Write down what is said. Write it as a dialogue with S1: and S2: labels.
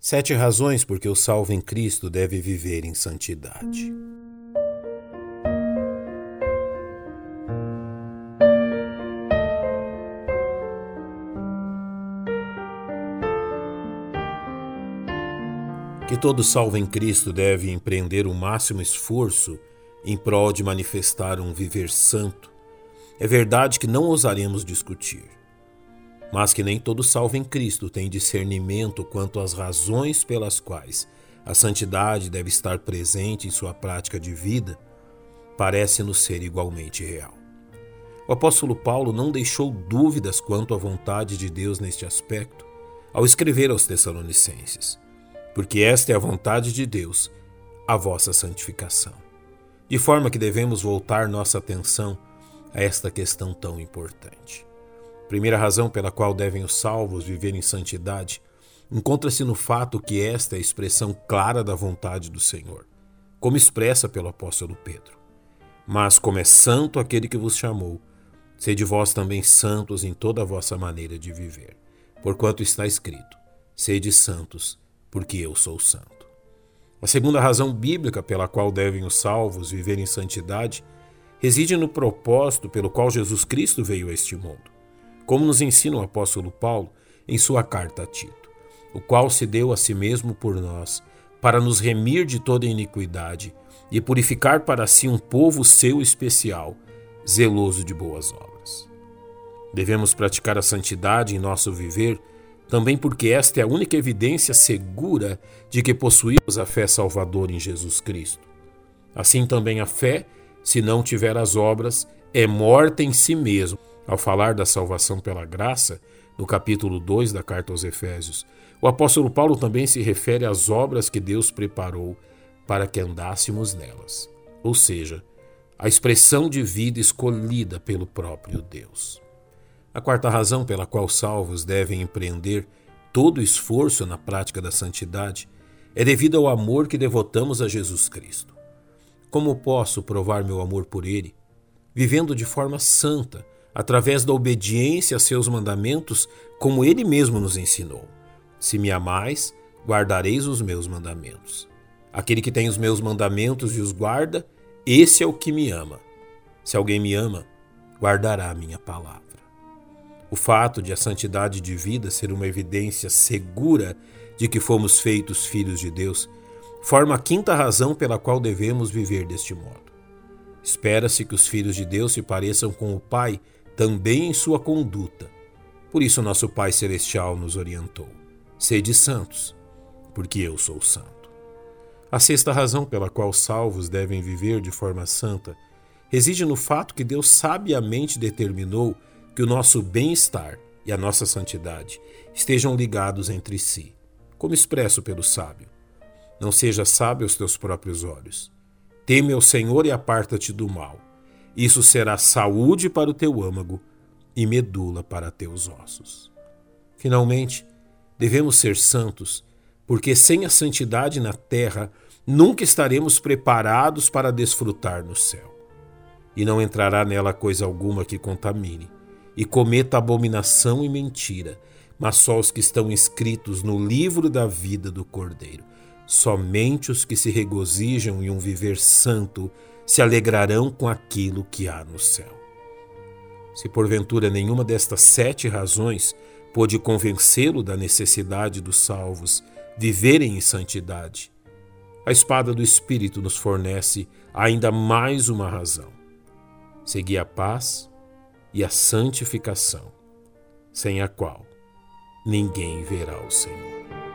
S1: 7 razões por que o salvo em Cristo deve viver em santidade. Que todo salvo em Cristo deve empreender o máximo esforço em prol de manifestar um viver santo. É verdade que não ousaremos discutir, mas que nem todo salvo em Cristo tem discernimento quanto às razões pelas quais a santidade deve estar presente em sua prática de vida, parece-nos ser igualmente real. O apóstolo Paulo não deixou dúvidas quanto à vontade de Deus neste aspecto ao escrever aos Tessalonicenses, porque esta é a vontade de Deus, a vossa santificação. De forma que devemos voltar nossa atenção a esta questão tão importante. Primeira razão pela qual devem os salvos viver em santidade encontra-se no fato que esta é a expressão clara da vontade do Senhor, como expressa pelo apóstolo Pedro. Mas como é santo aquele que vos chamou, sede vós também santos em toda a vossa maneira de viver, porquanto está escrito, sede santos, porque eu sou santo. A segunda razão bíblica pela qual devem os salvos viver em santidade reside no propósito pelo qual Jesus Cristo veio a este mundo, como nos ensina o apóstolo Paulo em sua carta a Tito, o qual se deu a si mesmo por nós, para nos remir de toda iniquidade e purificar para si um povo seu especial, zeloso de boas obras. Devemos praticar a santidade em nosso viver, também porque esta é a única evidência segura de que possuímos a fé salvadora em Jesus Cristo. Assim também a fé, se não tiver as obras, é morta em si mesmo. Ao falar da salvação pela graça, no capítulo 2 da carta aos Efésios, o apóstolo Paulo também se refere às obras que Deus preparou para que andássemos nelas, ou seja, a expressão de vida escolhida pelo próprio Deus. A quarta razão pela qual os salvos devem empreender todo o esforço na prática da santidade é devido ao amor que devotamos a Jesus Cristo. Como posso provar meu amor por Ele? Vivendo de forma santa, através da obediência a seus mandamentos, como Ele mesmo nos ensinou. Se me amais, guardareis os meus mandamentos. Aquele que tem os meus mandamentos e os guarda, esse é o que me ama. Se alguém me ama, guardará a minha palavra. O fato de a santidade de vida ser uma evidência segura de que fomos feitos filhos de Deus forma a quinta razão pela qual devemos viver deste modo. Espera-se que os filhos de Deus se pareçam com o Pai também em sua conduta. Por isso nosso Pai Celestial nos orientou: sede santos, porque eu sou santo. A sexta razão pela qual os salvos devem viver de forma santa reside no fato que Deus sabiamente determinou que o nosso bem-estar e a nossa santidade estejam ligados entre si, como expresso pelo sábio. Não seja sábio aos teus próprios olhos. Teme ao Senhor e aparta-te do mal. Isso será saúde para o teu âmago e medula para teus ossos. Finalmente, devemos ser santos, porque sem a santidade na terra, nunca estaremos preparados para desfrutar no céu. E não entrará nela coisa alguma que contamine e cometa abominação e mentira, mas só os que estão inscritos no livro da vida do Cordeiro. Somente os que se regozijam em um viver santo se alegrarão com aquilo que há no céu. Se porventura nenhuma destas 7 razões pôde convencê-lo da necessidade dos salvos viverem em santidade, a espada do Espírito nos fornece ainda mais uma razão: seguir a paz e a santificação, sem a qual ninguém verá o Senhor.